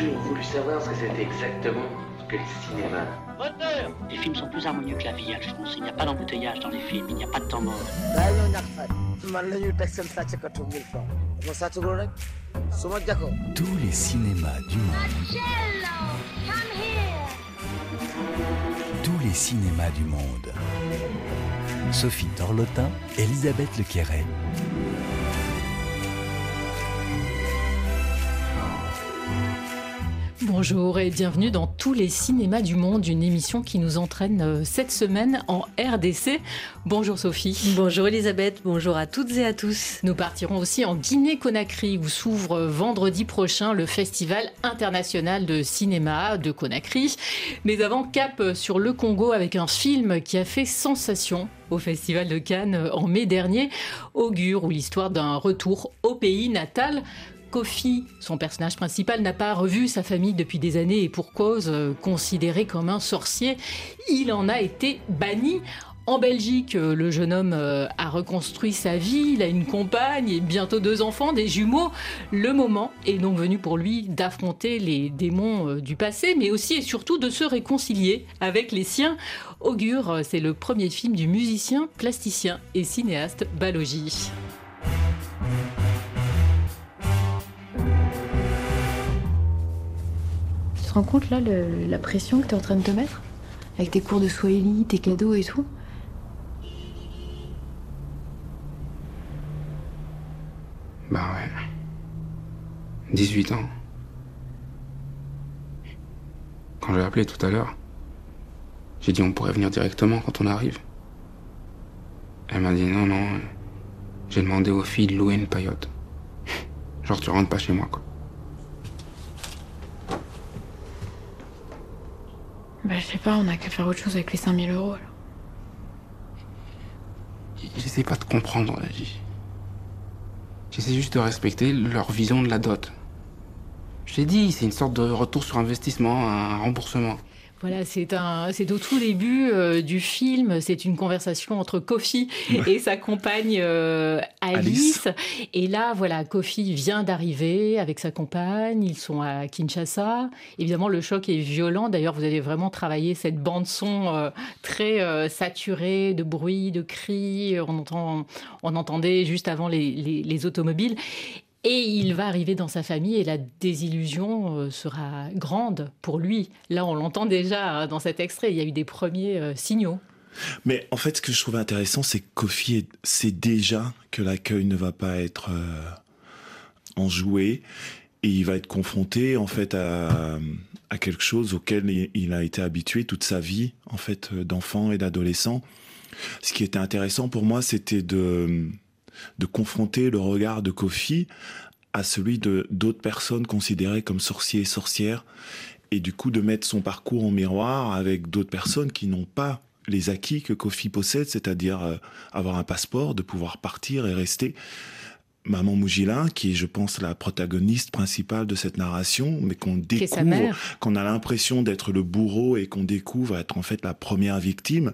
toujours voulu savoir ce que c'était exactement que le cinéma. Moteur! Les films sont plus harmonieux que la vie, Alphonse. Il n'y a pas d'embouteillage dans les films, il n'y a pas de temps mort. Tous les cinémas du monde. Tous les cinémas du monde. Sophie Torlotin, Elisabeth Lequéret. Bonjour et bienvenue dans Tous les cinémas du monde, une émission qui nous entraîne cette semaine en RDC. Bonjour Sophie. Bonjour Elisabeth, bonjour à toutes et à tous. Nous partirons aussi en Guinée-Conakry où s'ouvre vendredi prochain le Festival international de cinéma de Conakry. Mais avant, cap sur le Congo avec un film qui a fait sensation au Festival de Cannes en mai dernier, Augure, où l'histoire d'un retour au pays natal. Kofi, son personnage principal, n'a pas revu sa famille depuis des années et pour cause, considéré comme un sorcier, il en a été banni. En Belgique, le jeune homme a reconstruit sa vie, il a une compagne et bientôt 2 enfants, des jumeaux. Le moment est donc venu pour lui d'affronter les démons du passé, mais aussi et surtout de se réconcilier avec les siens. Augure, c'est le premier film du musicien, plasticien et cinéaste Balogi. Tu te rends compte là, la pression que tu es en train de te mettre? Avec tes cours de Swahili, tes cadeaux et tout? Bah ouais. 18 ans. Quand j'ai appelé tout à l'heure, j'ai dit on pourrait venir directement quand on arrive. Elle m'a dit non, j'ai demandé aux filles de louer une paillote. Genre tu rentres pas chez moi quoi. Bah je sais pas, on a qu'à faire autre chose avec les 5000 euros alors. J'essaie pas de comprendre. J'essaie juste de respecter leur vision de la dot. Je t'ai dit, c'est une sorte de retour sur investissement, un remboursement. Voilà, c'est au tout début du film. C'est une conversation entre Kofi et sa compagne Alice. Et là, voilà, Kofi vient d'arriver avec sa compagne. Ils sont à Kinshasa. Évidemment, le choc est violent. D'ailleurs, vous avez vraiment travaillé cette bande-son très saturée de bruit, de cris. On entendait juste avant les automobiles. Et il va arriver dans sa famille et la désillusion sera grande pour lui. Là, on l'entend déjà dans cet extrait. Il y a eu des premiers signaux. Mais en fait, ce que je trouve intéressant, c'est que Kofi sait déjà que l'accueil ne va pas être enjoué. Et il va être confronté, en fait, à quelque chose auquel il a été habitué toute sa vie, en fait, d'enfant et d'adolescent. Ce qui était intéressant pour moi, c'était de confronter le regard de Kofi à celui d'autres personnes considérées comme sorciers et sorcières, et du coup de mettre son parcours en miroir avec d'autres personnes qui n'ont pas les acquis que Kofi possède, c'est-à-dire avoir un passeport, de pouvoir partir et rester. Maman Mougila, qui est, je pense, la protagoniste principale de cette narration, mais qu'on découvre, qu'on a l'impression d'être le bourreau et qu'on découvre être en fait la première victime,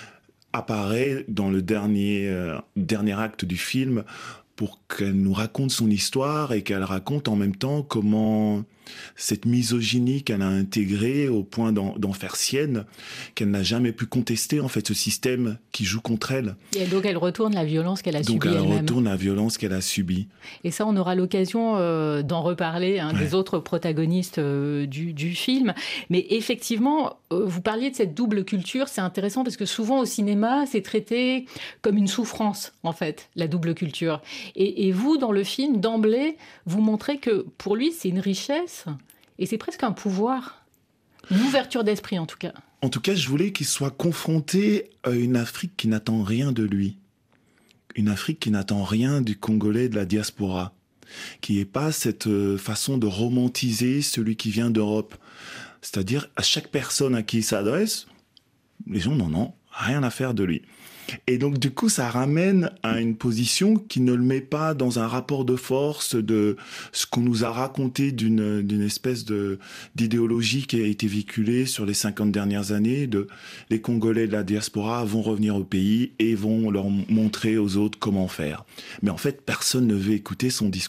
apparaît dans le dernier acte du film pour qu'elle nous raconte son histoire et qu'elle raconte en même temps comment cette misogynie qu'elle a intégrée au point d'en faire sienne, qu'elle n'a jamais pu contester, en fait, ce système qui joue contre elle. Et donc elle retourne la violence qu'elle a subie elle-même. Donc elle retourne la violence qu'elle a subie. Et ça, on aura l'occasion d'en reparler, des autres protagonistes du film. Mais effectivement, vous parliez de cette double culture, c'est intéressant parce que souvent au cinéma, c'est traité comme une souffrance, en fait, la double culture. Et vous, dans le film, d'emblée, vous montrez que pour lui, c'est une richesse et c'est presque un pouvoir, une ouverture d'esprit en tout cas. En tout cas, je voulais qu'il soit confronté à une Afrique qui n'attend rien de lui. Une Afrique qui n'attend rien du Congolais de la diaspora. Qui n'ait pas cette façon de romantiser celui qui vient d'Europe. C'est-à-dire, à chaque personne à qui il s'adresse, les gens n'en ont rien à faire de lui. Et donc, du coup, ça ramène à une position qui ne le met pas dans un rapport de force de ce qu'on nous a raconté d'une espèce d'idéologie qui a été véhiculée sur les 50 dernières années. Les Congolais de la diaspora vont revenir au pays et vont leur montrer aux autres comment faire. Mais en fait, personne ne veut écouter son discours.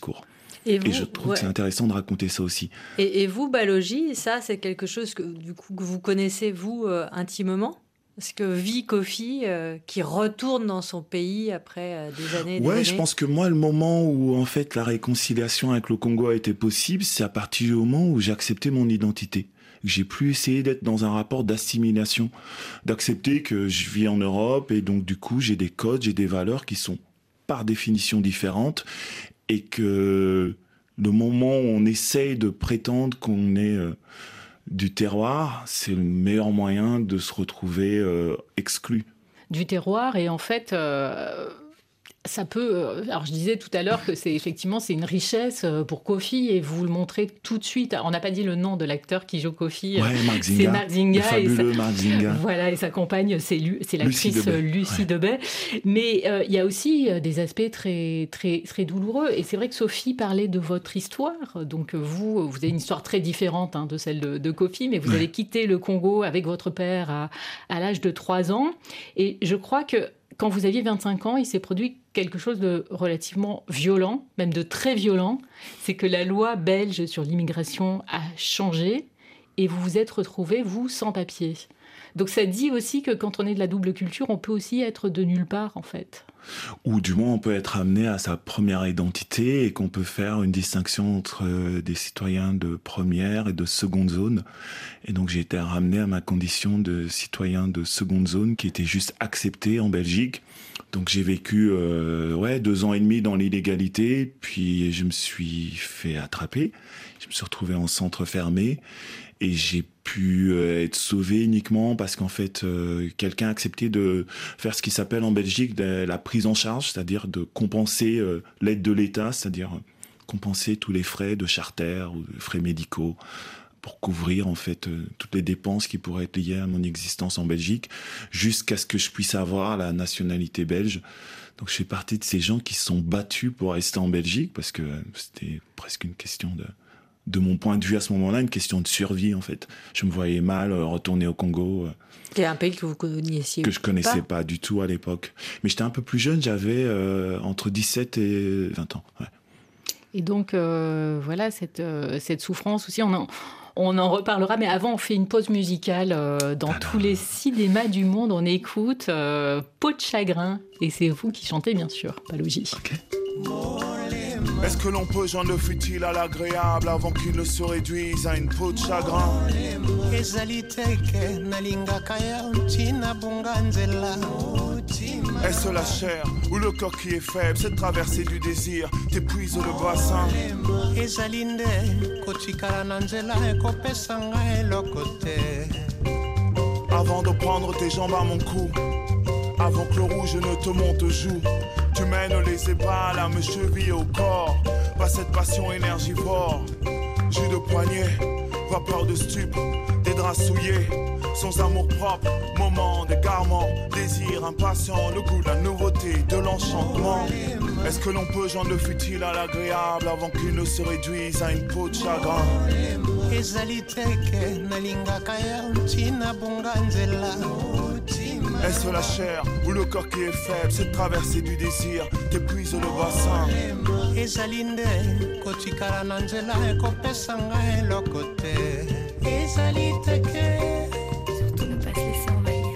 Et je trouve que c'est intéressant de raconter ça aussi. Et vous, Balogi, ça, c'est quelque chose que vous connaissez, vous, intimement ? Parce que vit Kofi qui retourne dans son pays après des années et des années. Je pense que moi, le moment où en fait la réconciliation avec le Congo a été possible, c'est à partir du moment où j'ai accepté mon identité. J'ai plus essayé d'être dans un rapport d'assimilation, d'accepter que je vis en Europe et donc du coup j'ai des codes, j'ai des valeurs qui sont par définition différentes et que le moment où on essaye de prétendre qu'on est du terroir, c'est le meilleur moyen de se retrouver exclu. Du terroir et en fait... Ça peut. Alors, je disais tout à l'heure que c'est une richesse pour Kofi et vous le montrez tout de suite. On n'a pas dit le nom de l'acteur qui joue Kofi. Marc Zinga, c'est Marc Zinga. Le fabuleux Marc Zinga. Voilà, et sa compagne, c'est l'actrice Lucie Debay. Mais il y a aussi des aspects très, très, très douloureux. Et c'est vrai que Sophie parlait de votre histoire. Donc, vous avez une histoire très différente de celle de Kofi, mais vous avez quitté le Congo avec votre père à l'âge de 3 ans. Et je crois que quand vous aviez 25 ans, il s'est produit quelque chose de relativement violent, même de très violent. C'est que la loi belge sur l'immigration a changé et vous vous êtes retrouvés, vous, sans papier. Donc ça dit aussi que quand on est de la double culture, on peut aussi être de nulle part, en fait. Ou du moins, on peut être amené à sa première identité et qu'on peut faire une distinction entre des citoyens de première et de seconde zone. Et donc, j'ai été ramené à ma condition de citoyen de seconde zone qui était juste accepté en Belgique. Donc, j'ai vécu 2 ans et demi dans l'illégalité, puis je me suis fait attraper. Je me suis retrouvé en centre fermé. Et j'ai pu être sauvé uniquement parce qu'en fait, quelqu'un a accepté de faire ce qui s'appelle en Belgique la prise en charge, c'est-à-dire de compenser l'aide de l'État, c'est-à-dire compenser tous les frais de charter ou de frais médicaux pour couvrir en fait toutes les dépenses qui pourraient être liées à mon existence en Belgique, jusqu'à ce que je puisse avoir la nationalité belge. Donc je fais partie de ces gens qui se sont battus pour rester en Belgique parce que c'était presque une question de mon point de vue à ce moment-là, une question de survie en fait. Je me voyais mal retourner au Congo. C'est un pays que vous connaissiez que je connaissais pas du tout à l'époque. Mais j'étais un peu plus jeune, j'avais entre 17 et 20 ans. Ouais. Et donc voilà, cette souffrance aussi, on en reparlera, mais avant on fait une pause musicale dans tous les cinémas du monde. On écoute Peau de chagrin et c'est vous qui chantez bien sûr, Balogi. Ok. Est-ce que l'on peut joindre le futile à l'agréable avant qu'il ne se réduise à une peau de chagrin? Est-ce la chair ou le corps qui est faible? Cette traversée du désir t'épuise le bassin. Avant de prendre tes jambes à mon cou, avant que le rouge ne te monte aux joues, tu mènes les ébats à mes chevilles au corps. Pas cette passion énergivore. Jus de poignet, vapeur de stupe, des draps souillés, sans amour propre, moment d'égarement, désir impatient, le goût de la nouveauté, de l'enchantement. Est-ce que l'on peut joindre le futile à l'agréable avant qu'il ne se réduise à une peau de chagrin? Est-ce la chair ou le corps qui est faible? Cette traversée du désir t'épuise le bassin. Surtout ne pas se laisser envahir.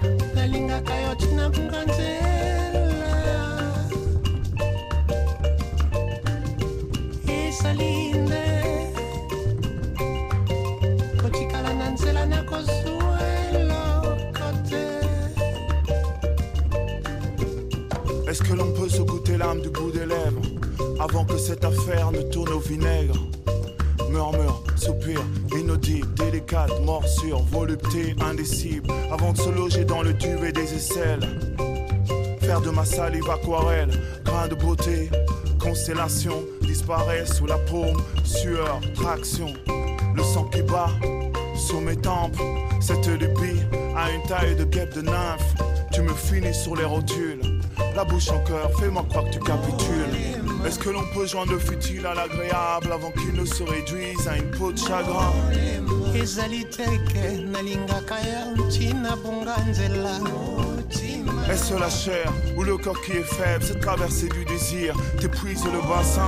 Est-ce que l'on peut se goûter l'âme du bout des lèvres avant que cette affaire ne tourne au vinaigre? Murmure, soupir, inaudible, délicate, morsure, volupté indicible, avant de se loger dans le duvet des aisselles. Faire de ma salive aquarelle, grain de beauté, constellation, disparaît sous la paume, sueur, traction, le sang qui bat sous mes tempes, cette lubie a une taille de guêpe de nymphe, tu me finis sur les rotules. La bouche en cœur, fais-moi croire que tu capitules. Est-ce que l'on peut joindre le futile à l'agréable avant qu'il ne se réduise à une peau de chagrin? Est-ce la chair ou le corps qui est faible, cette traversée du désir t'épuise le bassin?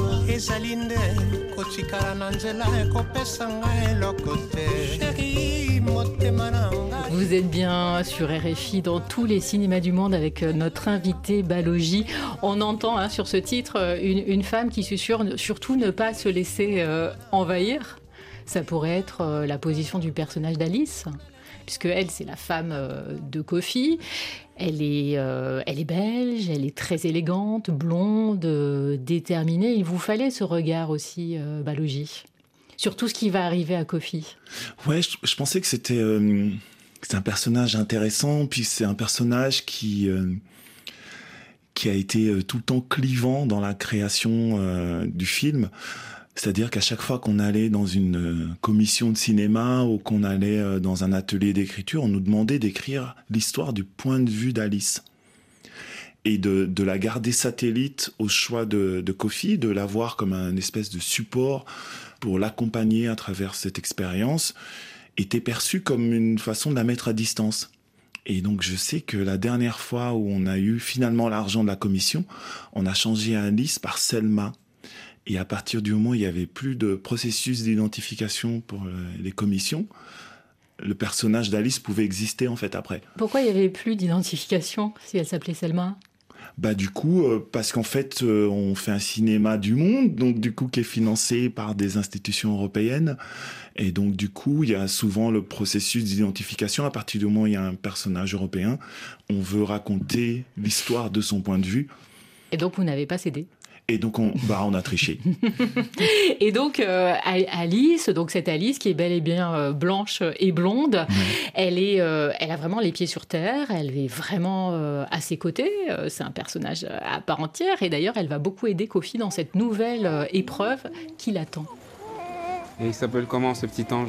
Vous êtes bien sur RFI dans tous les cinémas du monde avec notre invité Balogi. On entend sur ce titre une femme qui susurre surtout ne pas se laisser envahir. Ça pourrait être la position du personnage d'Alice, puisque elle, c'est la femme de Kofi. Elle est belge, elle est très élégante, blonde, déterminée. Il vous fallait ce regard aussi, Balogi, sur tout ce qui va arriver à Kofi. Ouais, je pensais que c'était un personnage intéressant, puis c'est un personnage qui a été tout le temps clivant dans la création du film. C'est-à-dire qu'à chaque fois qu'on allait dans une commission de cinéma ou qu'on allait dans un atelier d'écriture, on nous demandait d'écrire l'histoire du point de vue d'Alice. Et de la garder satellite au choix de Kofi, de la voir comme un espèce de support pour l'accompagner à travers cette expérience, était perçu comme une façon de la mettre à distance. Et donc je sais que la dernière fois où on a eu finalement l'argent de la commission, on a changé Alice par Selma. Et à partir du moment où il n'y avait plus de processus d'identification pour les commissions, le personnage d'Alice pouvait exister en fait après. Pourquoi il n'y avait plus d'identification si elle s'appelait Selma ? Du coup, parce qu'en fait, on fait un cinéma du monde, donc du coup qui est financé par des institutions européennes. Et donc du coup, il y a souvent le processus d'identification. À partir du moment où il y a un personnage européen, on veut raconter l'histoire de son point de vue. Et donc vous n'avez pas cédé ? Et donc, on a triché. Et donc, Alice, donc cette Alice qui est bel et bien blanche et blonde, elle a vraiment les pieds sur terre, elle est vraiment à ses côtés, c'est un personnage à part entière, et d'ailleurs, elle va beaucoup aider Kofi dans cette nouvelle épreuve qui l'attend. Et il s'appelle comment, ce petit ange ?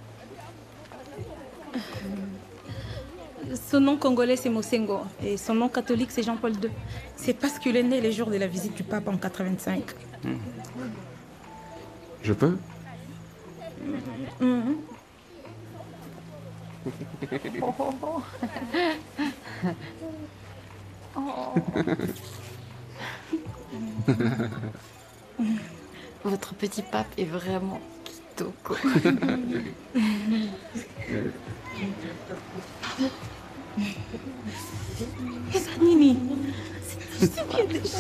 Son nom congolais, c'est Mosengo. Et son nom catholique, c'est Jean-Paul II. C'est parce qu'il est né le jour de la visite du pape en 85. Je peux ? Votre petit pape est vraiment kitoko. Nini, c'est bien déjà.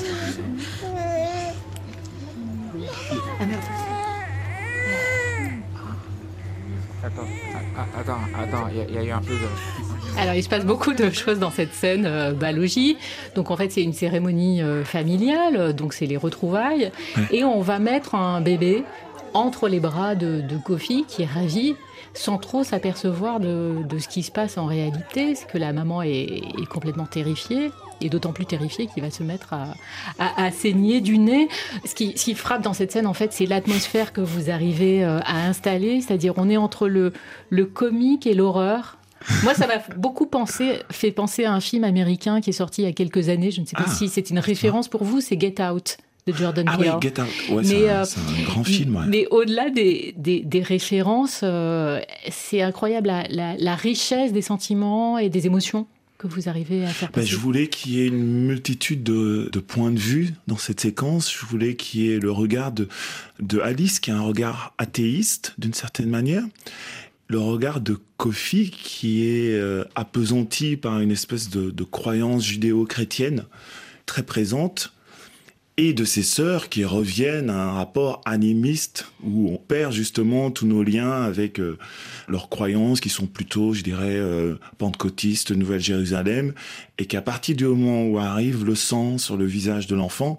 Attends, il y a eu un peu de... Alors, il se passe beaucoup de choses dans cette scène, Balogi. Donc, en fait, c'est une cérémonie familiale, donc c'est les retrouvailles. Ouais. Et on va mettre un bébé entre les bras de Kofi, qui est ravi, sans trop s'apercevoir de ce qui se passe en réalité. C'est que la maman est complètement terrifiée, et d'autant plus terrifiée qu'il va se mettre à saigner du nez. Ce qui frappe dans cette scène, en fait, c'est l'atmosphère que vous arrivez à installer, c'est-à-dire on est entre le comique et l'horreur. Moi, ça m'a beaucoup fait penser à un film américain qui est sorti il y a quelques années. Je ne sais pas si c'est une référence pour vous, c'est Get Out de Jordan Peele. Ah oui, Get Out, ouais, c'est un grand film. Ouais. Mais au-delà des références, c'est incroyable la richesse des sentiments et des émotions que vous arrivez à faire passer. Je voulais qu'il y ait une multitude de points de vue dans cette séquence. Je voulais qu'il y ait le regard de Alice, qui a un regard athéiste, d'une certaine manière. Le regard de Kofi, qui est appesanti par une espèce de croyance judéo-chrétienne très présente, et de ses sœurs qui reviennent à un rapport animiste où on perd justement tous nos liens avec leurs croyances qui sont plutôt, je dirais, pentecôtistes, Nouvelle-Jérusalem, et qu'à partir du moment où arrive le sang sur le visage de l'enfant,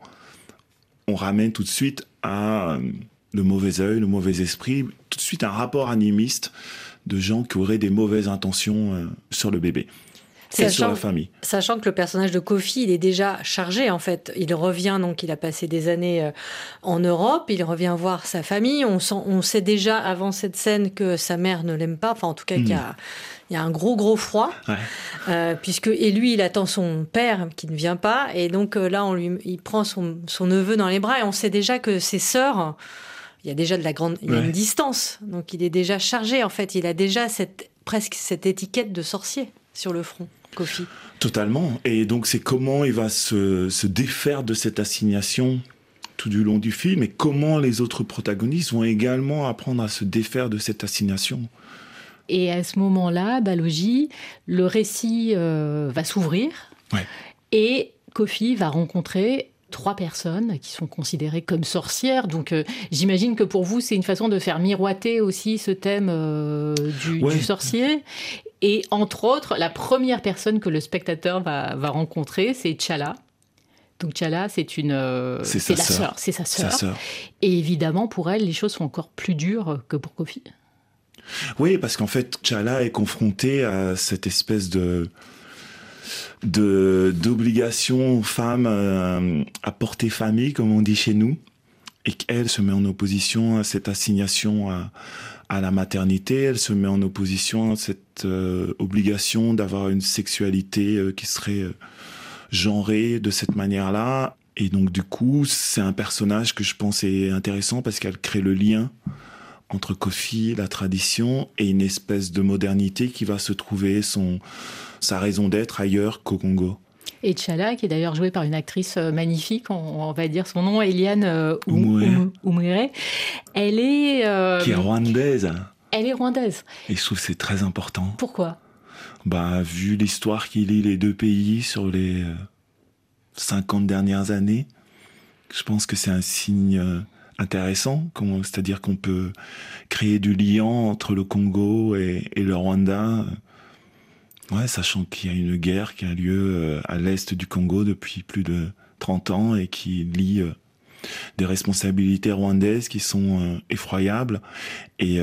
on ramène tout de suite à le mauvais œil, le mauvais esprit, tout de suite un rapport animiste de gens qui auraient des mauvaises intentions sur le bébé. Sur la famille. Sachant que le personnage de Kofi, il est déjà chargé, en fait. Il revient, donc il a passé des années en Europe, il revient voir sa famille. On sait déjà, avant cette scène, que sa mère ne l'aime pas. Enfin, en tout cas, qu'il y a un gros froid. Ouais. Et lui, il attend son père qui ne vient pas. Et donc là, il prend son neveu dans les bras. Et on sait déjà que ses sœurs il y a déjà il y a une distance, donc il est déjà chargé en fait, il a déjà presque cette étiquette de sorcier sur le front, Kofi. Totalement, et donc c'est comment il va se défaire de cette assignation tout du long du film, et comment les autres protagonistes vont également apprendre à se défaire de cette assignation. Et à ce moment-là, Balogi, le récit va s'ouvrir, et Kofi va rencontrer 3 personnes qui sont considérées comme sorcières. Donc j'imagine que pour vous, c'est une façon de faire miroiter aussi ce thème du sorcier. Et entre autres, la première personne que le spectateur va rencontrer, c'est T'Challa. Donc T'Challa, c'est sa sœur. Et évidemment, pour elle, les choses sont encore plus dures que pour Kofi. Oui, parce qu'en fait, T'Challa est confronté à cette espèce d'obligation aux femmes à porter famille, comme on dit chez nous, et qu'elle se met en opposition à cette assignation à la maternité, elle se met en opposition à cette obligation d'avoir une sexualité qui serait genrée de cette manière-là. Et donc du coup, c'est un personnage que je pense est intéressant parce qu'elle crée le lien entre Kofi, la tradition, et une espèce de modernité qui va se trouver sa raison d'être ailleurs qu'au Congo. Et T'Challa, qui est d'ailleurs jouée par une actrice magnifique, on va dire son nom, Eliane Umwere, elle est... qui est rwandaise. Elle est rwandaise. Et je trouve que c'est très important. Pourquoi ? Vu l'histoire qui lie les deux pays sur les 50 dernières années, je pense que c'est un signe intéressant, c'est-à-dire qu'on peut créer du lien entre le Congo et le Rwanda, sachant qu'il y a une guerre qui a lieu à l'est du Congo depuis plus de 30 ans et qui lie des responsabilités rwandaises qui sont effroyables. Et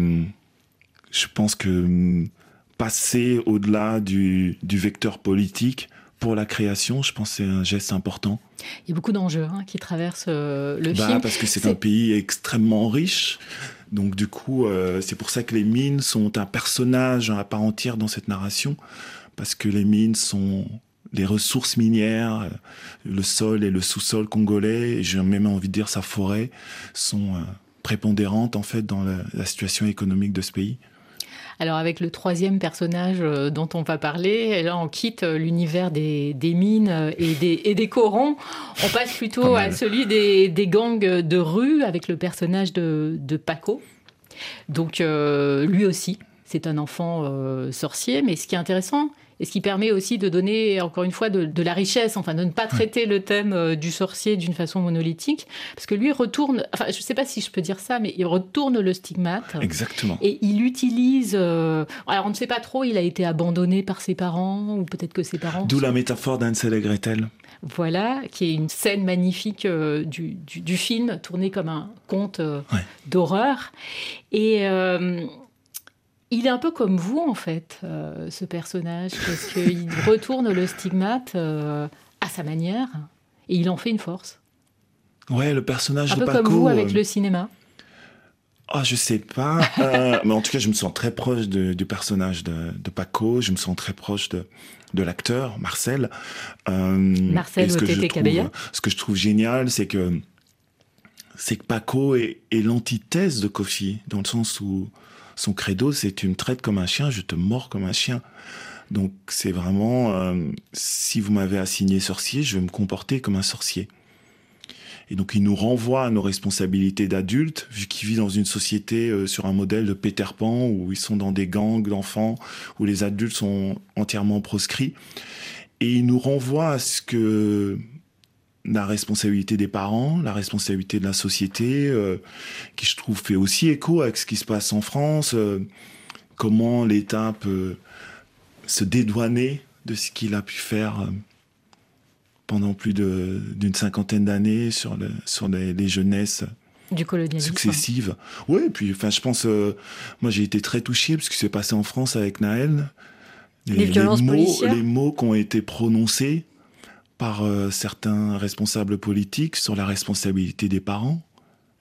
je pense que passer au-delà du vecteur politique pour la création, je pense que c'est un geste important. Il y a beaucoup d'enjeux qui traversent le film. Parce que c'est un pays extrêmement riche. Donc du coup, c'est pour ça que les mines sont un personnage à part entière dans cette narration. Parce que les mines sont les ressources minières, le sol et le sous-sol congolais, et j'ai même envie de dire sa forêt, sont prépondérantes en fait dans la situation économique de ce pays. Alors avec le 3e personnage dont on va parler, là on quitte l'univers des mines et des corons. On passe plutôt à celui des gangs de rue avec le personnage de Paco. Donc lui aussi, c'est un enfant sorcier. Mais ce qui est intéressant et ce qui permet aussi de donner, encore une fois, de la richesse, enfin de ne pas traiter le thème du sorcier d'une façon monolithique, parce que lui retourne, je ne sais pas si je peux dire ça, mais il retourne le stigmate. Exactement. Et il utilise... alors on ne sait pas trop, il a été abandonné par ses parents, ou peut-être que ses parents... D'où la métaphore d'Hansel et Gretel. Voilà, qui est une scène magnifique du film, tourné comme un conte d'horreur. Et... il est un peu comme vous, en fait, ce personnage, parce qu'il retourne le stigmate à sa manière, et il en fait une force. Ouais, le personnage de Paco... Un peu comme vous avec le cinéma. Je sais pas. Mais en tout cas, je me sens très proche du personnage de Paco, je me sens très proche de l'acteur, Marcel. Marcel Tété Cabella. Ce que je trouve génial, c'est que Paco est l'antithèse de Kofi, dans le sens où son credo, c'est tu me traites comme un chien, je te mords comme un chien. Donc c'est vraiment, si vous m'avez assigné sorcier, je vais me comporter comme un sorcier. Et donc il nous renvoie à nos responsabilités d'adultes, vu qu'il vit dans une société sur un modèle de Peter Pan, où ils sont dans des gangs d'enfants, où les adultes sont entièrement proscrits. Et il nous renvoie à ce que... la responsabilité des parents, la responsabilité de la société, qui je trouve fait aussi écho avec ce qui se passe en France, comment l'État peut se dédouaner de ce qu'il a pu faire pendant plus d'une 50aine d'années sur les jeunesses du colonialisme successives. Oui, puis je pense, moi j'ai été très touché parce que ce qui s'est passé en France avec Naël, les violences policières, les mots qui ont été prononcés par certains responsables politiques sur la responsabilité des parents.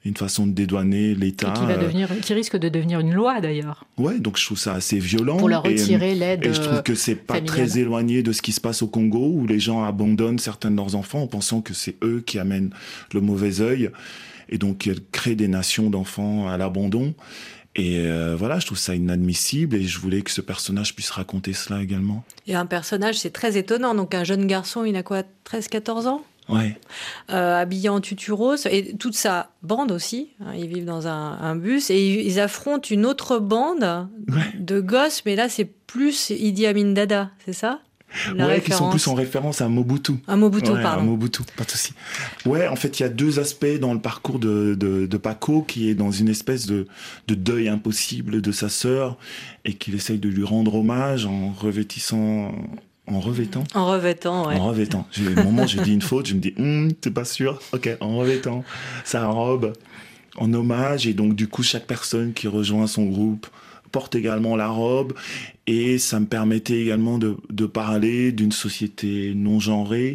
une façon de dédouaner l'État. Et qui risque de devenir une loi d'ailleurs. Ouais, donc je trouve ça assez violent. Pour leur retirer l'aide. Et je trouve que c'est pas familiale. très éloigné de ce qui se passe au Congo, où les gens abandonnent certains de leurs enfants en pensant que c'est eux qui amènent le mauvais œil. Et donc, elles créent des nations d'enfants à l'abandon. Et voilà, je trouve ça inadmissible et je voulais que ce personnage puisse raconter cela également. Et un personnage, c'est très étonnant. Donc, un jeune garçon, il a quoi, 13-14 ans ? Ouais. Habillé en tutu rose. Et toute sa bande aussi. Hein, ils vivent dans un bus. Et ils affrontent une autre bande de gosses. Mais là, c'est plus Idi Amin Dada, c'est ça ? Qui sont plus en référence à Mobutu. À Mobutu, pardon. À Mobutu, pas de souci. Ouais, en fait, il y a deux aspects dans le parcours de Paco, qui est dans une espèce de deuil impossible de sa sœur et qu'il essaye de lui rendre hommage en revêtant. En revêtant, ouais. En revêtant. J'ai le moment où j'ai dit une faute, je me dis, t'es pas sûr? Ok, en revêtant sa robe en hommage. Et donc, du coup, chaque personne qui rejoint son groupe porte également la robe. Et ça me permettait également de parler d'une société non genrée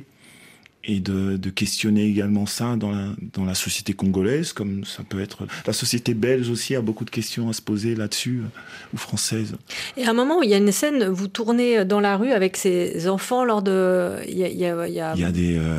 et de questionner également ça dans la société congolaise, comme ça peut être... La société belge aussi a beaucoup de questions à se poser là-dessus, ou française. Et à un moment, il y a une scène, vous tournez dans la rue avec ces enfants lors de... Il y a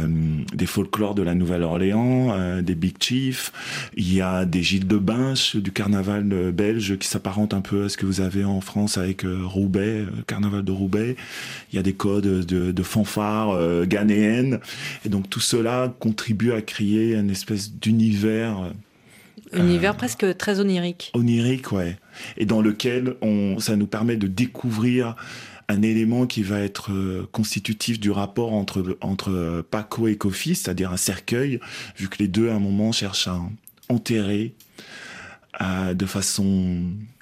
des folklores de la Nouvelle-Orléans, des Big Chiefs, il y a des Gilles de Binche du carnaval belge qui s'apparente un peu à ce que vous avez en France avec Roubaix, carnaval de Roubaix. Il y a des codes de fanfares ghanéennes. Et donc tout cela contribue à créer une espèce d'univers... Univers presque très onirique. Onirique, ouais. Et dans lequel ça nous permet de découvrir un élément qui va être constitutif du rapport entre Paco et Kofi, c'est-à-dire un cercueil, vu que les deux, à un moment, cherchent à enterrer de façon...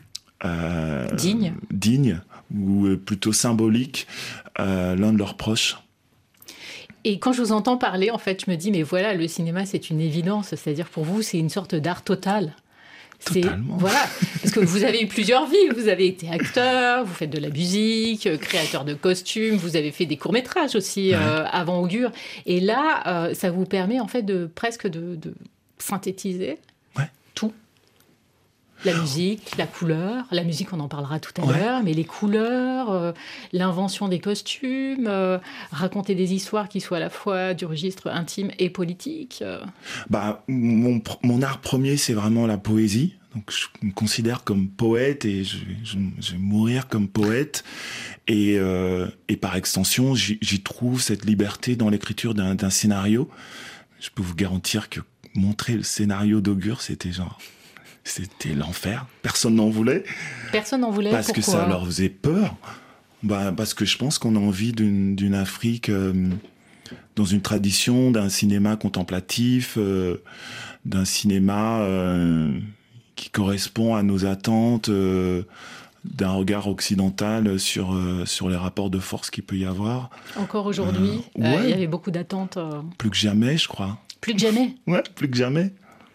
digne, ou plutôt symbolique, l'un de leurs proches. Et quand je vous entends parler, en fait, je me dis, mais voilà, le cinéma, c'est une évidence. C'est-à-dire, pour vous, c'est une sorte d'art total. Totalement. Voilà, parce que vous avez eu plusieurs vies. Vous avez été acteur, vous faites de la musique, créateur de costumes, vous avez fait des courts-métrages aussi avant Augure. Et là, ça vous permet, en fait, presque de synthétiser tout. La musique, la couleur, la musique on en parlera tout à l'heure, mais les couleurs, l'invention des costumes, raconter des histoires qui soient à la fois du registre intime et politique. Mon art premier, c'est vraiment la poésie. Donc je me considère comme poète et je vais mourir comme poète. Et par extension, j'y trouve cette liberté dans l'écriture d'un scénario. Je peux vous garantir que montrer le scénario d'Augure, c'était l'enfer. Personne n'en voulait. Personne n'en voulait. Parce pourquoi que ça leur faisait peur. Parce que je pense qu'on a envie d'une Afrique dans une tradition d'un cinéma contemplatif, d'un cinéma qui correspond à nos attentes, d'un regard occidental sur les rapports de force qu'il peut y avoir. Encore aujourd'hui, il y avait beaucoup d'attentes. Plus que jamais, je crois. Plus que jamais. Ouais, plus que jamais.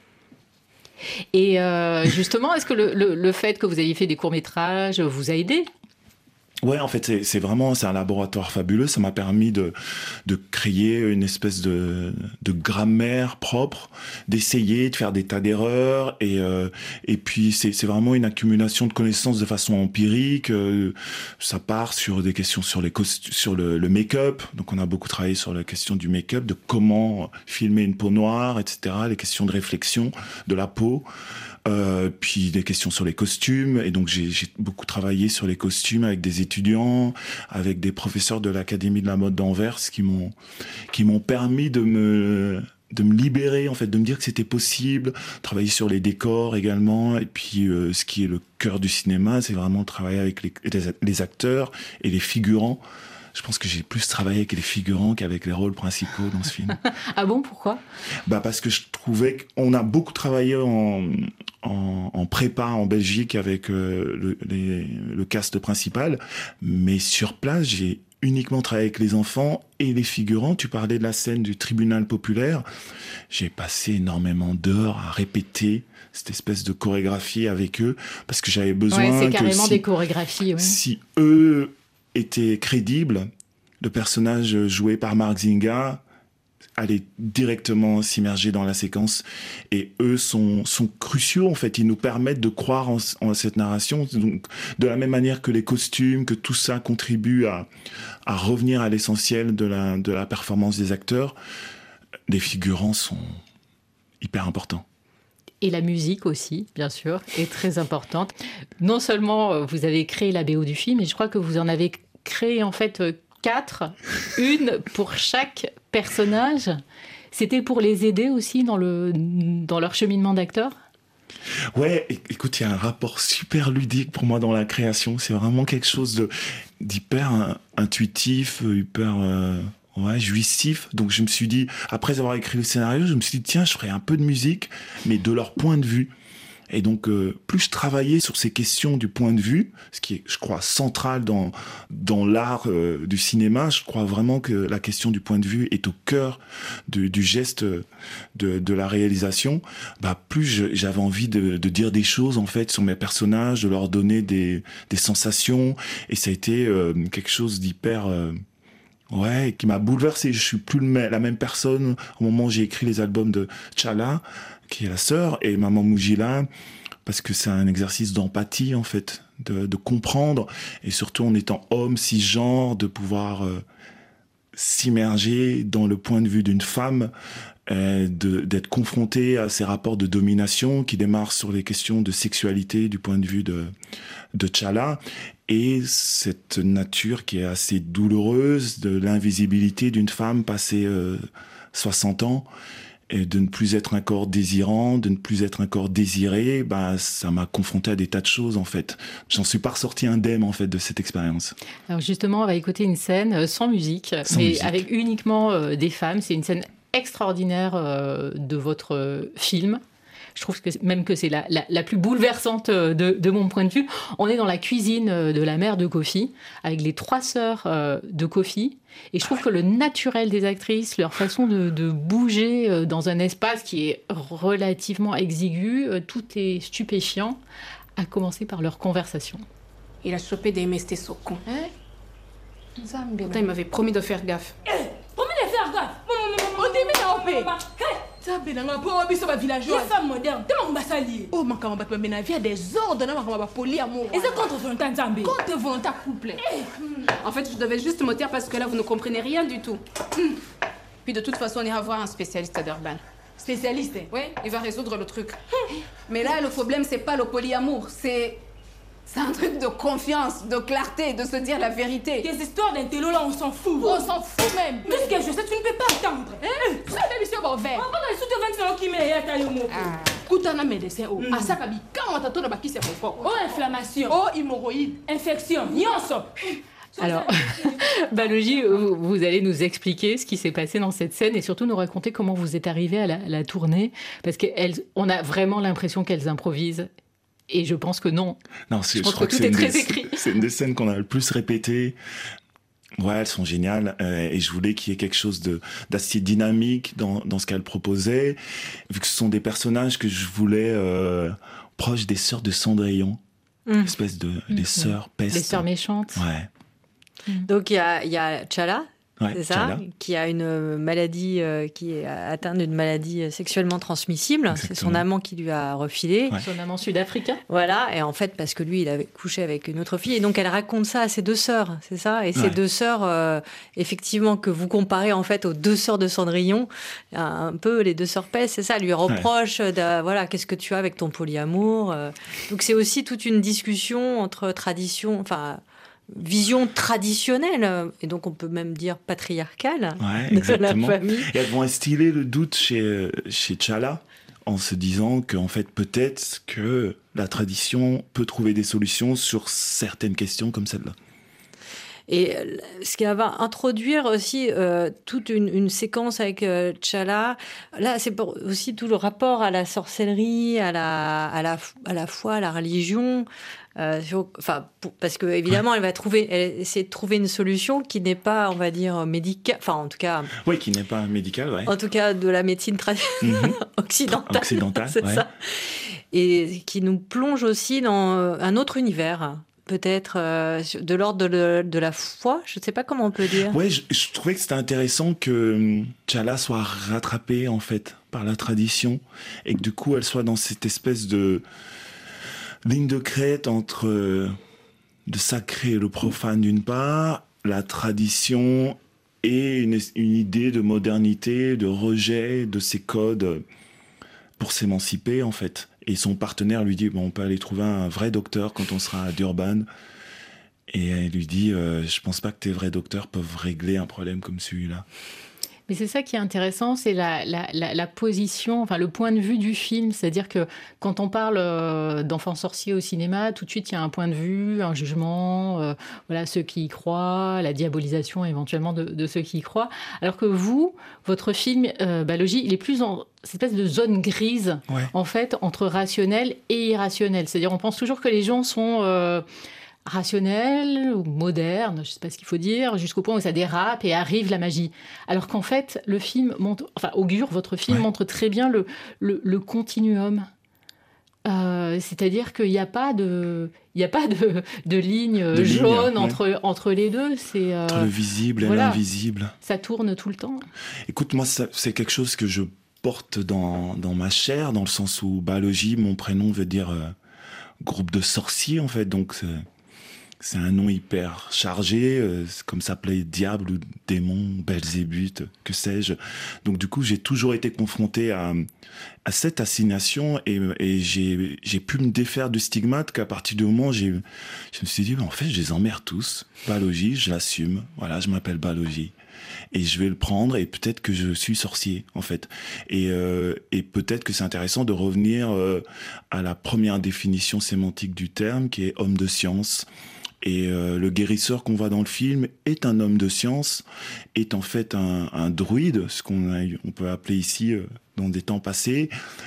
Et justement, est-ce que le fait que vous ayez fait des courts-métrages vous a aidé ? Ouais, en fait, c'est un laboratoire fabuleux. Ça m'a permis de créer une espèce de grammaire propre, d'essayer de faire des tas d'erreurs et puis c'est vraiment une accumulation de connaissances de façon empirique. Ça part sur des questions sur le make-up. Donc on a beaucoup travaillé sur la question du make-up, de comment filmer une peau noire, etc. Les questions de réflexion de la peau. Puis des questions sur les costumes, et donc j'ai beaucoup travaillé sur les costumes avec des étudiants, avec des professeurs de l'Académie de la mode d'Anvers qui m'ont permis de me libérer, en fait, de me dire que c'était possible, travailler sur les décors également, et puis ce qui est le cœur du cinéma, c'est vraiment travailler avec les acteurs et les figurants. Je pense que j'ai plus travaillé avec les figurants qu'avec les rôles principaux dans ce film. Ah bon, pourquoi ? Parce que je trouvais qu'on a beaucoup travaillé en prépa en Belgique avec le cast principal, mais sur place, j'ai uniquement travaillé avec les enfants et les figurants. Tu parlais de la scène du tribunal populaire. J'ai passé énormément d'heures à répéter cette espèce de chorégraphie avec eux, parce que j'avais besoin c'est carrément des chorégraphies. Si eux était crédible, le personnage joué par Marc Zinga aller directement s'immerger dans la séquence. Et eux sont cruciaux, en fait. Ils nous permettent de croire en cette narration. Donc, de la même manière que les costumes, que tout ça contribue à revenir à l'essentiel de la performance des acteurs, les figurants sont hyper importants. Et la musique aussi, bien sûr, est très importante. Non seulement vous avez créé la BO du film, mais je crois que vous en avez créé en fait 4, une pour chaque personnage. C'était pour les aider aussi dans leur cheminement d'acteur ? Ouais, écoute, il y a un rapport super ludique pour moi dans la création. C'est vraiment quelque chose d'hyper intuitif, hyper jouissif. Donc je me suis dit, après avoir écrit le scénario, je me suis dit, tiens, je ferais un peu de musique, mais de leur point de vue. Et donc, plus je travaillais sur ces questions du point de vue, ce qui est, je crois, central dans l'art du cinéma, je crois vraiment que la question du point de vue est au cœur du geste de la réalisation. Plus j'avais envie de dire des choses, en fait, sur mes personnages, de leur donner des sensations. Et ça a été quelque chose d'hyper... qui m'a bouleversé. Je suis plus la même personne au moment où j'ai écrit les albums de Tchala, qui est la sœur, et Maman Moujila, parce que c'est un exercice d'empathie, en fait, de comprendre, et surtout en étant homme, cisgenre, de pouvoir s'immerger dans le point de vue d'une femme, d'être confronté à ces rapports de domination qui démarrent sur les questions de sexualité du point de vue de Tchala, et cette nature qui est assez douloureuse de l'invisibilité d'une femme passée 60 ans, et de ne plus être un corps désirant, de ne plus être un corps désiré, ça m'a confronté à des tas de choses, en fait. J'en suis pas ressorti indemne, en fait, de cette expérience. Alors justement, on va écouter une scène sans musique, avec uniquement des femmes. C'est une scène extraordinaire de votre film. Je trouve que c'est la plus bouleversante de mon point de vue. On est dans la cuisine de la mère de Kofi, avec les 3 sœurs de Kofi. Et je trouve que le naturel des actrices, leur façon de bouger dans un espace qui est relativement exigu, tout est stupéfiant, à commencer par leur conversation. Il a chopé des MST Sokon. Pourtant, il m'avait promis de faire gaffe. Promis de faire gaffe? Femme moderne. Oh, il y a des ordres dans polyamour. Et c'est contre volonté Nzambe. Contre volonté couple. En fait, je devais juste me taire parce que là, vous ne comprenez rien du tout. Puis de toute façon, on ira voir un spécialiste d'Urban. Spécialiste? Oui, il va résoudre le truc. Mais là, le problème, c'est pas le polyamour, c'est un truc de confiance, de clarté, de se dire la vérité. Des histoires d'intello là, on s'en fout. On s'en fout même. Tout ce que je sais, tu ne peux pas attendre. C'est délicieux, bon verre. On va dans les sous-de 20 qui met à taille. Koutana médecin. Asakabi, quand on t'attend, qui c'est fort. Oh, inflammation. Oh, hémorroïde. Infection. Nyonso. Alors, Balogi, vous allez nous expliquer ce qui s'est passé dans cette scène et surtout nous raconter comment vous êtes arrivé à la tournée, parce qu'on a vraiment l'impression qu'elles improvisent. Et je pense que non. Non, je crois que tout est très écrit. C'est une des scènes qu'on a le plus répétées. Ouais, elles sont géniales. Et je voulais qu'il y ait quelque chose d'assez dynamique dans ce qu'elles proposaient. Vu que ce sont des personnages que je voulais proches des sœurs de Cendrillon. Espèce des sœurs pestes. Les sœurs méchantes. Ouais. Donc il y a Tchala. C'est ça, Tchala, qui a une maladie, qui est atteinte d'une maladie sexuellement transmissible. Exactement. C'est son amant qui lui a refilé. Ouais. Son amant sud-africain. Voilà, et en fait, parce que lui, il avait couché avec une autre fille. Et donc, elle raconte ça à ses 2 sœurs, c'est ça. Et ces 2 sœurs, effectivement, que vous comparez en fait aux 2 sœurs de Cendrillon, un peu les 2 sœurs pestes, c'est ça, lui reproche voilà, qu'est-ce que tu as avec ton polyamour. Donc, c'est aussi toute une discussion entre tradition, enfin... vision traditionnelle, et donc on peut même dire patriarcale, de la famille. Et elles vont instiller le doute chez Tchala, en se disant qu'en fait, peut-être que la tradition peut trouver des solutions sur certaines questions comme celle-là. Et ce qui va introduire aussi toute une séquence avec Tchala. Là, c'est aussi tout le rapport à la sorcellerie, à la foi, à la religion. Parce que évidemment, elle essaie de trouver une solution qui n'est pas, on va dire, médicale. Enfin, en tout cas. Oui, qui n'est pas médicale, ouais. En tout cas, de la médecine occidentale. C'est ça. Et qui nous plonge aussi dans un autre univers. peut-être de l'ordre de la foi, je ne sais pas comment on peut dire. Ouais, je trouvais que c'était intéressant que Tchala soit rattrapée en fait par la tradition et que du coup elle soit dans cette espèce de ligne de crête entre le sacré et le profane d'une part, la tradition et une idée de modernité, de rejet de ces codes pour s'émanciper en fait. Et son partenaire lui dit bon, on peut aller trouver un vrai docteur quand on sera à Durban. Et elle lui dit je pense pas que tes vrais docteurs peuvent régler un problème comme celui-là. Mais c'est ça qui est intéressant, c'est la position, enfin le point de vue du film. C'est-à-dire que quand on parle d'enfants sorciers au cinéma, tout de suite il y a un point de vue, un jugement, voilà, ceux qui y croient, la diabolisation éventuellement de ceux qui y croient. Alors que vous, votre film Balogie, il est plus en cette espèce de zone grise, en fait, entre rationnel et irrationnel. C'est-à-dire on pense toujours que les gens sont rationnel ou moderne, je ne sais pas ce qu'il faut dire, jusqu'au point où ça dérape et arrive la magie. Alors qu'en fait, le film montre, enfin, Augure, votre film montre très bien le continuum. C'est-à-dire qu'il n'y a pas de ligne jaune entre les deux. C'est, entre le visible et l'invisible. Ça tourne tout le temps. Écoute, moi, c'est quelque chose que je porte dans ma chair, dans le sens où Balogie, mon prénom veut dire groupe de sorciers, en fait, donc c'est un nom hyper chargé, comme s'appelait diable ou démon, Belzébuth, que sais-je. Donc du coup, j'ai toujours été confronté à cette assignation et j'ai pu me défaire du stigmate qu'à partir du moment où je me suis dit, en fait, je les emmerde tous. Balogie, je l'assume. Voilà, je m'appelle Balogie. Et je vais le prendre et peut-être que je suis sorcier, en fait. Et peut-être que c'est intéressant de revenir à la première définition sémantique du terme, qui est homme de science. Et le guérisseur qu'on voit dans le film est un homme de science, est en fait un druide, ce on peut appeler ici dans des temps passés,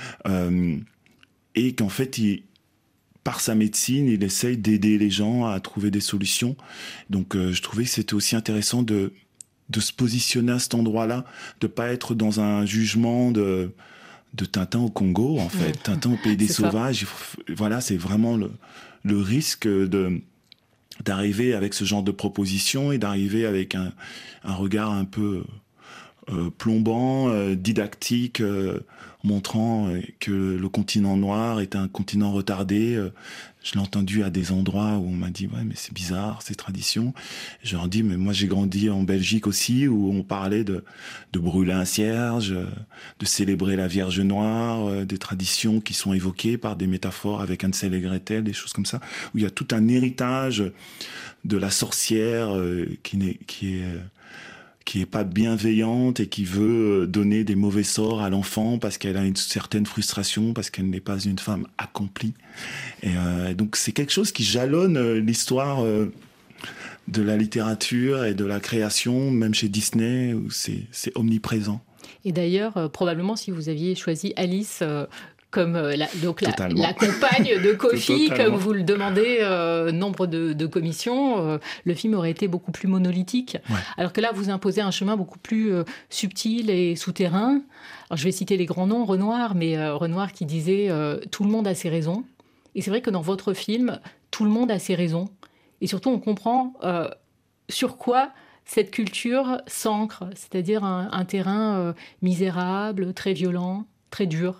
et qu'en fait, par sa médecine, il essaye d'aider les gens à trouver des solutions. Donc je trouvais que c'était aussi intéressant de se positionner à cet endroit-là, de pas être dans un jugement de Tintin au Congo, en fait. Tintin au pays des sauvages. Voilà, c'est vraiment le risque d'arriver avec ce genre de proposition et d'arriver avec un regard un peu plombant, didactique, montrant que le continent noir est un continent retardé. Je l'ai entendu à des endroits où on m'a dit « Ouais, mais c'est bizarre, ces traditions. » Je leur dis « Mais moi, j'ai grandi en Belgique aussi, où on parlait de brûler un cierge, de célébrer la Vierge Noire, des traditions qui sont évoquées par des métaphores avec Hansel et Gretel, des choses comme ça, où il y a tout un héritage de la sorcière qui est pas bienveillante et qui veut donner des mauvais sorts à l'enfant parce qu'elle a une certaine frustration, parce qu'elle n'est pas une femme accomplie. Et donc c'est quelque chose qui jalonne l'histoire de la littérature et de la création, même chez Disney, où c'est omniprésent. Et d'ailleurs, probablement si vous aviez choisi Alice comme la compagne de Kofi, comme vous le demandez, nombre de commissions, le film aurait été beaucoup plus monolithique. Ouais. Alors que là, vous imposez un chemin beaucoup plus subtil et souterrain. Alors, je vais citer les grands noms, Renoir, mais Renoir qui disait « Tout le monde a ses raisons ». Et c'est vrai que dans votre film, tout le monde a ses raisons. Et surtout, on comprend sur quoi cette culture s'ancre, c'est-à-dire un terrain misérable, très violent, très dur.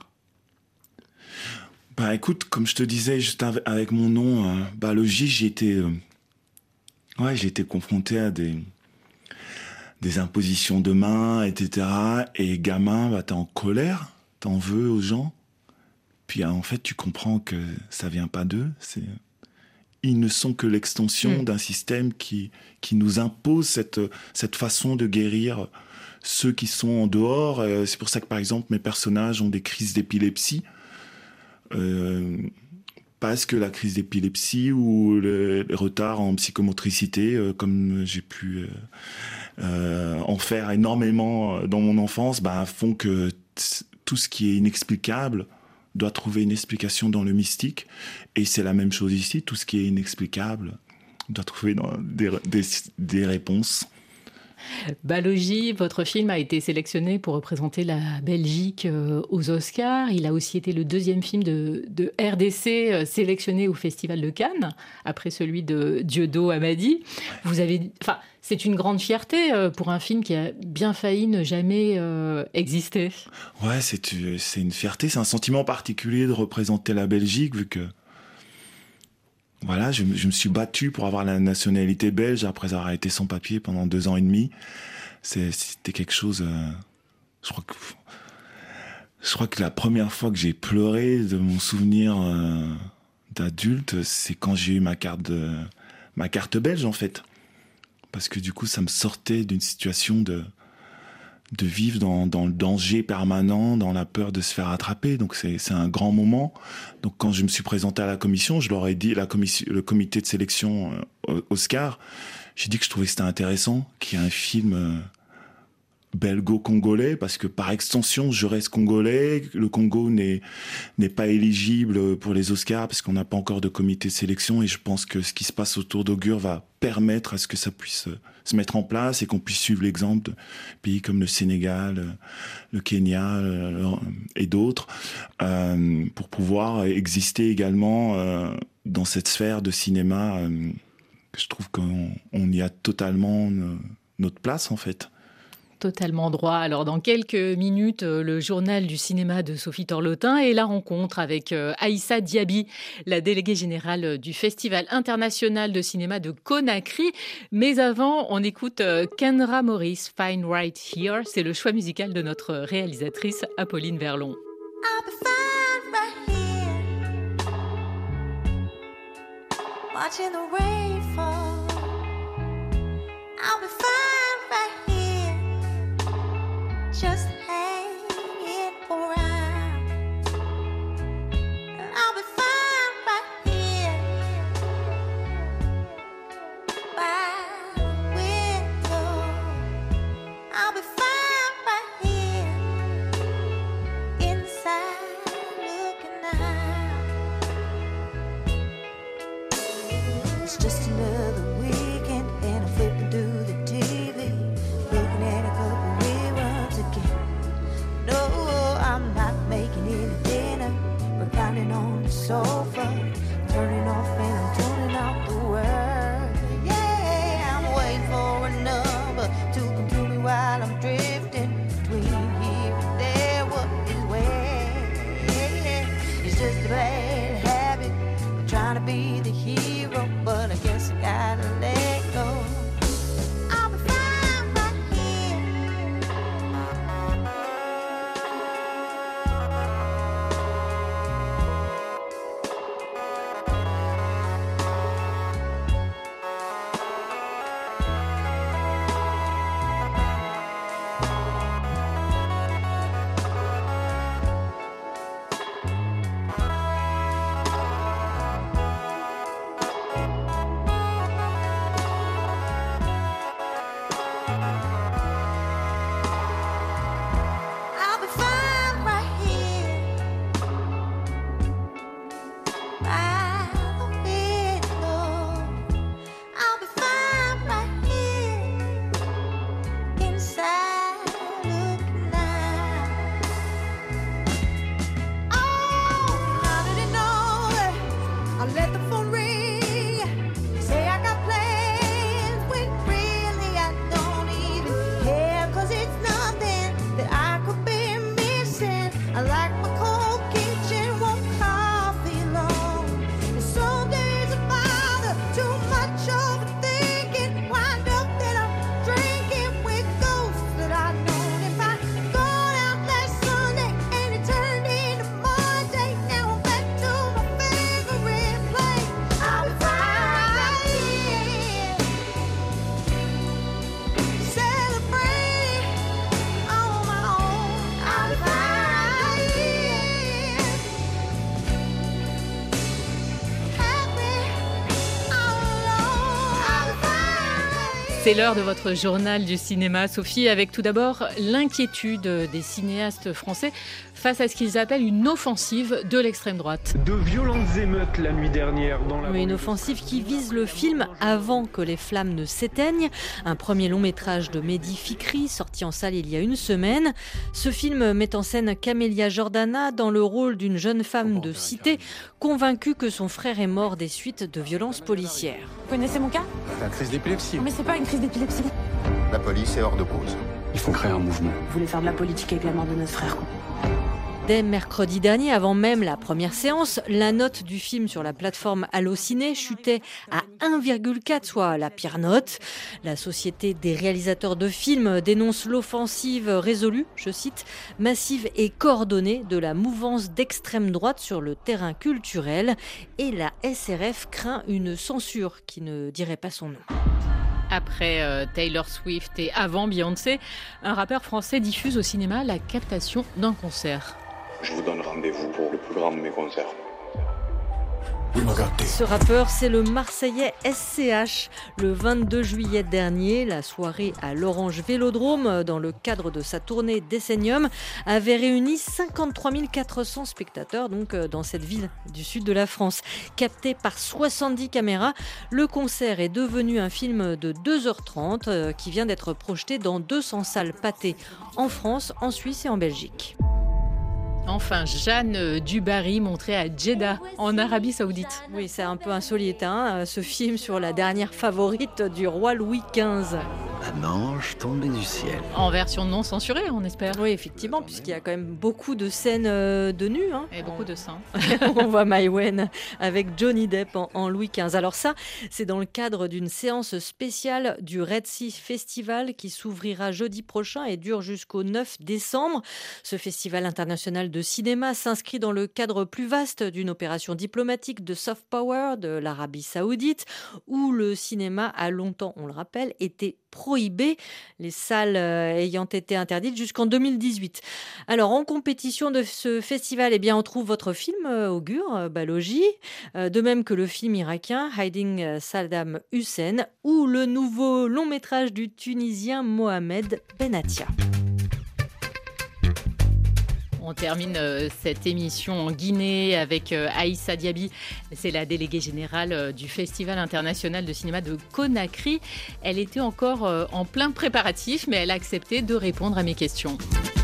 Bah écoute, comme je te disais juste avec mon nom, Balogie, j'ai été confronté à des impositions de main, etc. Et gamin, bah t'es en colère, t'en veux aux gens. Puis en fait, tu comprends que ça vient pas d'eux. Ils ne sont que l'extension d'un système qui nous impose cette façon de guérir ceux qui sont en dehors. C'est pour ça que par exemple, mes personnages ont des crises d'épilepsie. Parce que la crise d'épilepsie ou le retard en psychomotricité, comme j'ai pu en faire énormément dans mon enfance, font que tout ce qui est inexplicable doit trouver une explication dans le mystique. Et c'est la même chose ici, tout ce qui est inexplicable doit trouver des réponses Balogi, votre film a été sélectionné pour représenter la Belgique aux Oscars. Il a aussi été le deuxième film de RDC sélectionné au Festival de Cannes, après celui de Dieudo Hamadi. C'est une grande fierté pour un film qui a bien failli ne jamais exister. Ouais, c'est une fierté, c'est un sentiment particulier de représenter la Belgique, vu que voilà, je me suis battu pour avoir la nationalité belge après avoir été sans papier pendant 2 ans et demi. C'était quelque chose... Je crois que la première fois que j'ai pleuré de mon souvenir d'adulte, c'est quand j'ai eu ma carte belge, en fait. Parce que du coup, ça me sortait d'une situation de vivre dans le danger permanent, dans la peur de se faire attraper. Donc c'est un grand moment. Donc quand je me suis présenté à la commission, je leur ai dit, le comité de sélection Oscar, j'ai dit que je trouvais que c'était intéressant qu'il y ait un film belgo-congolais, parce que par extension, je reste congolais. Le Congo n'est pas éligible pour les Oscars parce qu'on n'a pas encore de comité de sélection, et je pense que ce qui se passe autour d'Augure va permettre à ce que ça puisse se mettre en place et qu'on puisse suivre l'exemple de pays comme le Sénégal, le Kenya et d'autres, pour pouvoir exister également dans cette sphère de cinéma. Je trouve qu'on y a totalement notre place, en fait. Totalement droit. Alors, dans quelques minutes, le journal du cinéma de Sophie Torlotin et la rencontre avec Aïssa Diaby, la déléguée générale du Festival international de cinéma de Conakry. Mais avant, on écoute Kenra Morris, Fine Right Here. C'est le choix musical de notre réalisatrice Apolline Verlon. I'll be fine right here, watching the rain fall. I'll be fine right here, just hanging around. I'll be fine right here by the window. I'll be fine right here inside looking out. It's just another weekend and I'm flipping through the TV, looking at a couple reruns again. No, I'm not making any dinner, reclining on the sofa, turning off and I'm tuning out the world. Yeah, I'm waiting for a number to come to me while I'm drifting between here and there. What is where? It's just a bad habit, I'm trying to be the hero, but I guess I gotta let go. I'll be fine right here. I'll be fine right here by the window. I'll be fine right here inside looking out. Oh, how did it know that I let the phone ring? Say I got plans when really I don't even care, 'cause it's nothing that I could be missing. I like my cold kitchen, warm coffee long. And some days I bother too much overthinking, wind up that I'm drinking with ghosts that I know. If I gone out last Sunday and it turned into Monday, now I'm back to my favorite place. I'll be fine right here, celebrate on my own. I'll be fine right here. C'est l'heure de votre journal du cinéma, Sophie, avec tout d'abord l'inquiétude des cinéastes français face à ce qu'ils appellent une offensive de l'extrême droite. De violentes émeutes la nuit dernière dans la... Oui, une offensive qui vise le film avant que les flammes ne s'éteignent. Un premier long métrage de Mehdi Fikri, sorti en salle il y a une semaine. Ce film met en scène Camélia Jordana dans le rôle d'une jeune femme de cité, convaincue que son frère est mort des suites de violences policières. Vous connaissez mon cas ? La crise d'épilepsie. Mais c'est pas une crise d'épilepsie. La police est hors de cause. Il faut créer un mouvement. Vous voulez faire de la politique avec la mort de notre frère, quoi. Dès mercredi dernier, avant même la première séance, la note du film sur la plateforme Allociné chutait à 1,4, soit la pire note. La Société des réalisateurs de films dénonce l'offensive résolue, je cite, massive et coordonnée de la mouvance d'extrême droite sur le terrain culturel. Et la SRF craint une censure qui ne dirait pas son nom. Après Taylor Swift et avant Beyoncé, un rappeur français diffuse au cinéma la captation d'un concert. Je vous donne rendez-vous pour le plus grand de mes concerts. Ce rappeur, c'est le Marseillais SCH. Le 22 juillet dernier, la soirée à l'Orange Vélodrome, dans le cadre de sa tournée Decennium, avait réuni 53 400 spectateurs donc, dans cette ville du sud de la France. Capté par 70 caméras, le concert est devenu un film de 2h30 qui vient d'être projeté dans 200 salles pâtées en France, en Suisse et en Belgique. Enfin, Jeanne du Barry montrée à Jeddah, en Arabie Saoudite. Oui, c'est un peu insolite, hein, ce film sur la dernière favorite du roi Louis XV. Un ange tombé du ciel. En version non censurée, on espère. Oui, effectivement, puisqu'il y a quand même beaucoup de scènes de nus. Hein. Et beaucoup de seins. On voit Maïwenn avec Johnny Depp en Louis XV. Alors ça, c'est dans le cadre d'une séance spéciale du Red Sea Festival qui s'ouvrira jeudi prochain et dure jusqu'au 9 décembre. Ce festival international de cinéma s'inscrit dans le cadre plus vaste d'une opération diplomatique de soft power de l'Arabie Saoudite, où le cinéma a longtemps, on le rappelle, été prohibé, les salles ayant été interdites jusqu'en 2018. Alors, en compétition de ce festival, eh bien, on trouve votre film, Augure, Balogi, de même que le film irakien Hiding Saddam Hussein, ou le nouveau long métrage du Tunisien Mohamed Benatia. On termine cette émission en Guinée avec Aïssa Diaby. C'est la déléguée générale du Festival international de cinéma de Conakry. Elle était encore en plein préparatif, mais elle a accepté de répondre à mes questions.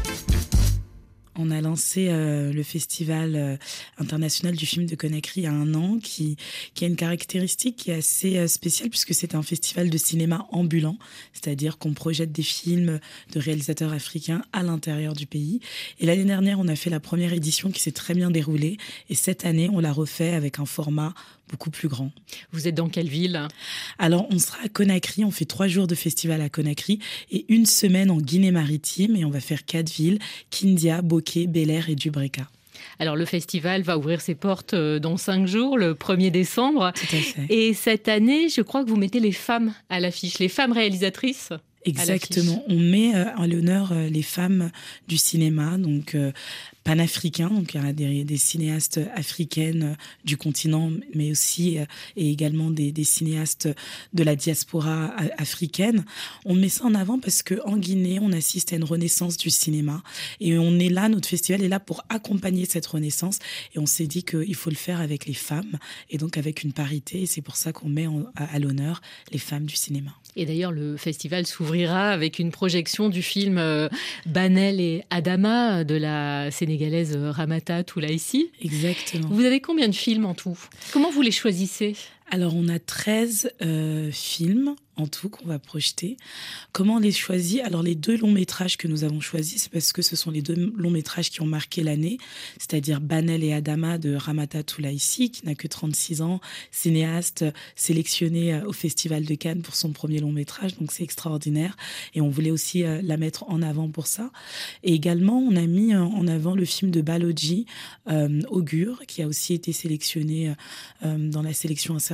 On a lancé le Festival international du film de Conakry il y a 1 an, qui a une caractéristique qui est assez spéciale puisque c'est un festival de cinéma ambulant, c'est-à-dire qu'on projette des films de réalisateurs africains à l'intérieur du pays. Et l'année dernière, on a fait la première édition qui s'est très bien déroulée. Et cette année, on l'a refait avec un format beaucoup plus grand. Vous êtes dans quelle ville ? Alors, on sera à Conakry. On fait 3 jours de festival à Conakry et 1 semaine en Guinée-Maritime. Et on va faire 4 villes, Kindia, Bokeh, Bel-Air et Dubreka. Alors, le festival va ouvrir ses portes dans 5 jours, le 1er décembre. Tout à fait. Et cette année, je crois que vous mettez les femmes à l'affiche, les femmes réalisatrices. Exactement. On met à l'honneur les femmes du cinéma, donc panafricains, donc il y a des cinéastes africaines du continent, mais aussi et également des cinéastes de la diaspora africaine. On met ça en avant parce qu'en Guinée, on assiste à une renaissance du cinéma et on est là, notre festival est là pour accompagner cette renaissance et on s'est dit qu'il faut le faire avec les femmes et donc avec une parité et c'est pour ça qu'on met à l'honneur les femmes du cinéma. Et d'ailleurs, le festival s'ouvrira avec une projection du film Banel et Adama de la sénégalaise Ramata Toulaïsi. Exactement. Vous avez combien de films en tout ? Comment vous les choisissez ? Alors, on a 13 films en tout qu'on va projeter. Comment on les choisit ? Alors, les 2 longs métrages que nous avons choisis, c'est parce que ce sont les 2 longs métrages qui ont marqué l'année, c'est-à-dire Banel et Adama de Ramata Toulaïsi, qui n'a que 36 ans, cinéaste sélectionné au Festival de Cannes pour son premier long métrage, donc c'est extraordinaire. Et on voulait aussi la mettre en avant pour ça. Et également, on a mis en avant le film de Balogi, Augure, qui a aussi été sélectionné dans la sélection Insert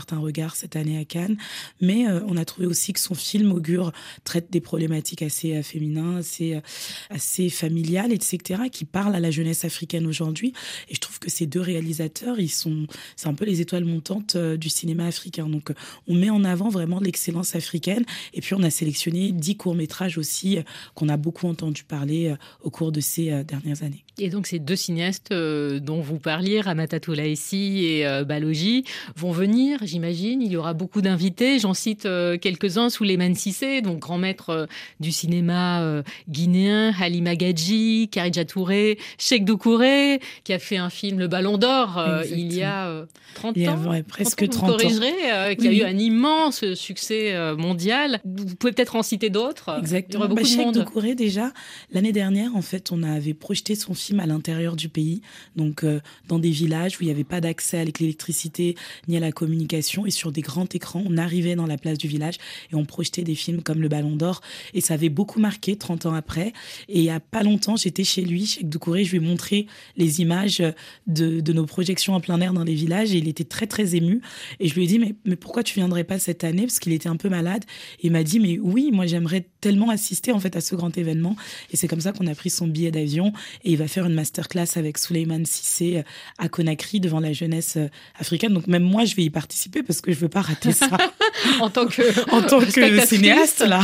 certain regard cette année à Cannes. Mais on a trouvé aussi que son film, Augure, traite des problématiques assez féminines, assez familiales, etc., qui parlent à la jeunesse africaine aujourd'hui. Et je trouve que ces deux réalisateurs, c'est un peu les étoiles montantes du cinéma africain. Donc, on met en avant vraiment l'excellence africaine. Et puis, on a sélectionné 10 courts-métrages aussi qu'on a beaucoup entendu parler au cours de ces dernières années. Et donc, ces deux cinéastes dont vous parliez, Ramata Toulaïssi et Balogi, vont venir, j'imagine. Il y aura beaucoup d'invités. J'en cite quelques-uns. Souleymane Cissé, donc grand maître du cinéma guinéen, Halima Gadji, Kharidja Touré, Cheikh Doucouré, qui a fait un film, Le Ballon d'Or, il y a 30 ans. Presque 30 ans. Vous corrigerez, qui a eu un immense succès mondial. Vous pouvez peut-être en citer d'autres. Exactement. Il y aurait beaucoup de monde. Cheikh Doucouré, déjà, l'année dernière, en fait, on avait projeté son film à l'intérieur du pays, donc dans des villages où il n'y avait pas d'accès à l'électricité ni à la communication, et sur des grands écrans, on arrivait dans la place du village et on projetait des films comme Le Ballon d'Or, et ça avait beaucoup marqué 30 ans après. Et il n'y a pas longtemps, j'étais chez lui, Cheikh Doucouré, je lui ai montré les images de nos projections en plein air dans les villages, et il était très très ému, et je lui ai dit mais pourquoi tu viendrais pas cette année, parce qu'il était un peu malade, et il m'a dit mais oui, moi j'aimerais tellement assister en fait à ce grand événement. Et c'est comme ça qu'on a pris son billet d'avion, et il va faire une masterclass avec Souleymane Cissé à Conakry devant la jeunesse africaine. Donc même moi je vais y participer parce que je veux pas rater ça en tant que cinéaste là.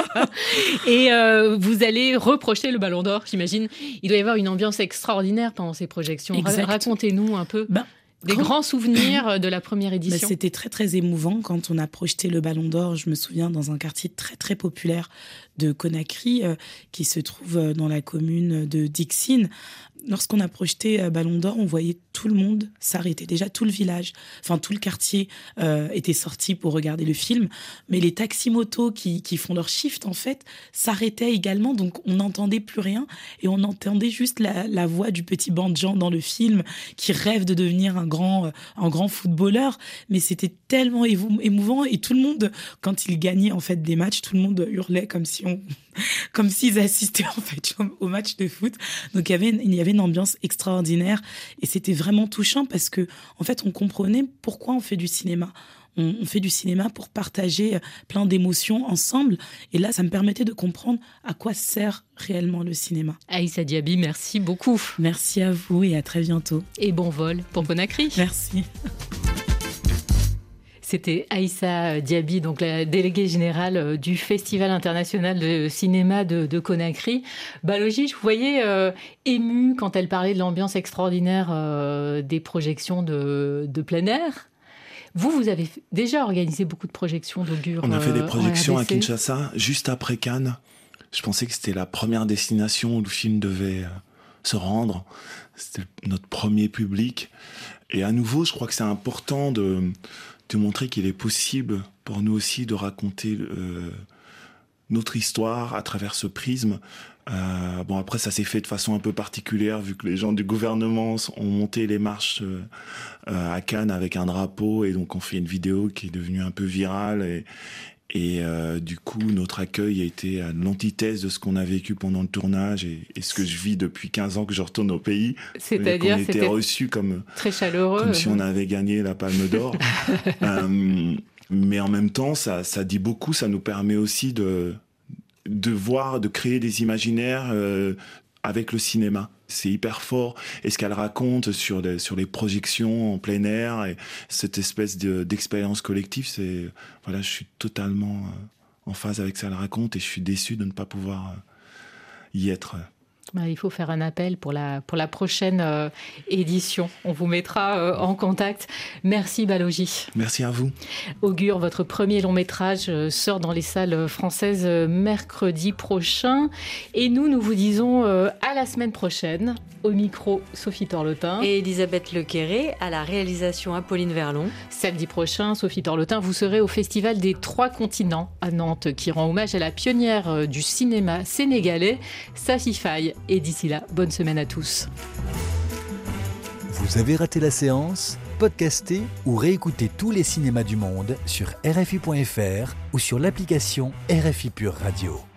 Et vous allez reprojeter le Ballon d'Or, j'imagine. Il doit y avoir une ambiance extraordinaire pendant ces projections. Racontez-nous un peu. Grands souvenirs de la première édition. C'était très très émouvant quand on a projeté le Ballon d'Or. Je me souviens, dans un quartier très très populaire de Conakry, qui se trouve dans la commune de Dixine. Lorsqu'on a projeté Ballon d'Or, on voyait tout le monde s'arrêter. Déjà, tout le village, enfin tout le quartier était sorti pour regarder le film. Mais les taxis-motos qui font leur shift, en fait, s'arrêtaient également. Donc, on n'entendait plus rien. Et on entendait juste la voix du petit Bandjan dans le film qui rêve de devenir un grand footballeur. Mais c'était tellement émouvant. Et tout le monde, quand il gagnait en fait des matchs, tout le monde hurlait comme s'ils assistaient en fait au match de foot. Donc il y avait une ambiance extraordinaire, et c'était vraiment touchant parce que en fait on comprenait pourquoi on fait du cinéma. On fait du cinéma pour partager plein d'émotions ensemble, et là ça me permettait de comprendre à quoi sert réellement le cinéma. Aïssa Diaby, merci beaucoup. Merci à vous et à très bientôt. Et bon vol pour Conakry. Merci. C'était Aïssa Diaby, donc la déléguée générale du Festival international de cinéma de Conakry. Balogi, je vous voyais émue quand elle parlait de l'ambiance extraordinaire des projections de plein air. Vous avez déjà organisé beaucoup de projections d'Augure. On a fait des projections à Kinshasa, juste après Cannes. Je pensais que c'était la première destination où le film devait se rendre. C'était notre premier public. Et à nouveau, je crois que c'est important de montrer qu'il est possible pour nous aussi de raconter notre histoire à travers ce prisme. Après, ça s'est fait de façon un peu particulière, vu que les gens du gouvernement ont monté les marches à Cannes avec un drapeau, et donc on fait une vidéo qui est devenue un peu virale, et du coup, notre accueil a été à l'antithèse de ce qu'on a vécu pendant le tournage et ce que je vis depuis 15 ans que je retourne au pays. C'est-à-dire, qu'on était reçus comme très chaleureux, comme si on avait gagné la Palme d'Or. Mais en même temps, ça dit beaucoup. Ça nous permet aussi de voir, de créer des imaginaires avec le cinéma. C'est hyper fort. Et ce qu'elle raconte sur les projections en plein air, et cette espèce d'expérience collective, je suis totalement en phase avec ce qu'elle raconte, et je suis déçu de ne pas pouvoir y être. Il faut faire un appel pour la prochaine édition. On vous mettra en contact. Merci Balogi. Merci à vous. Augure, votre premier long métrage sort dans les salles françaises mercredi prochain. Et nous vous disons à la semaine prochaine. Au micro, Sophie Torlotin. Et Elisabeth Lequéré, à la réalisation Apolline Verlon. Samedi prochain, Sophie Torlotin, vous serez au Festival des 3 continents à Nantes, qui rend hommage à la pionnière du cinéma sénégalais, Safi Faye. Et d'ici là, bonne semaine à tous. Vous avez raté la séance ? Podcastez ou réécoutez tous les cinémas du monde sur RFI.fr ou sur l'application RFI Pure Radio.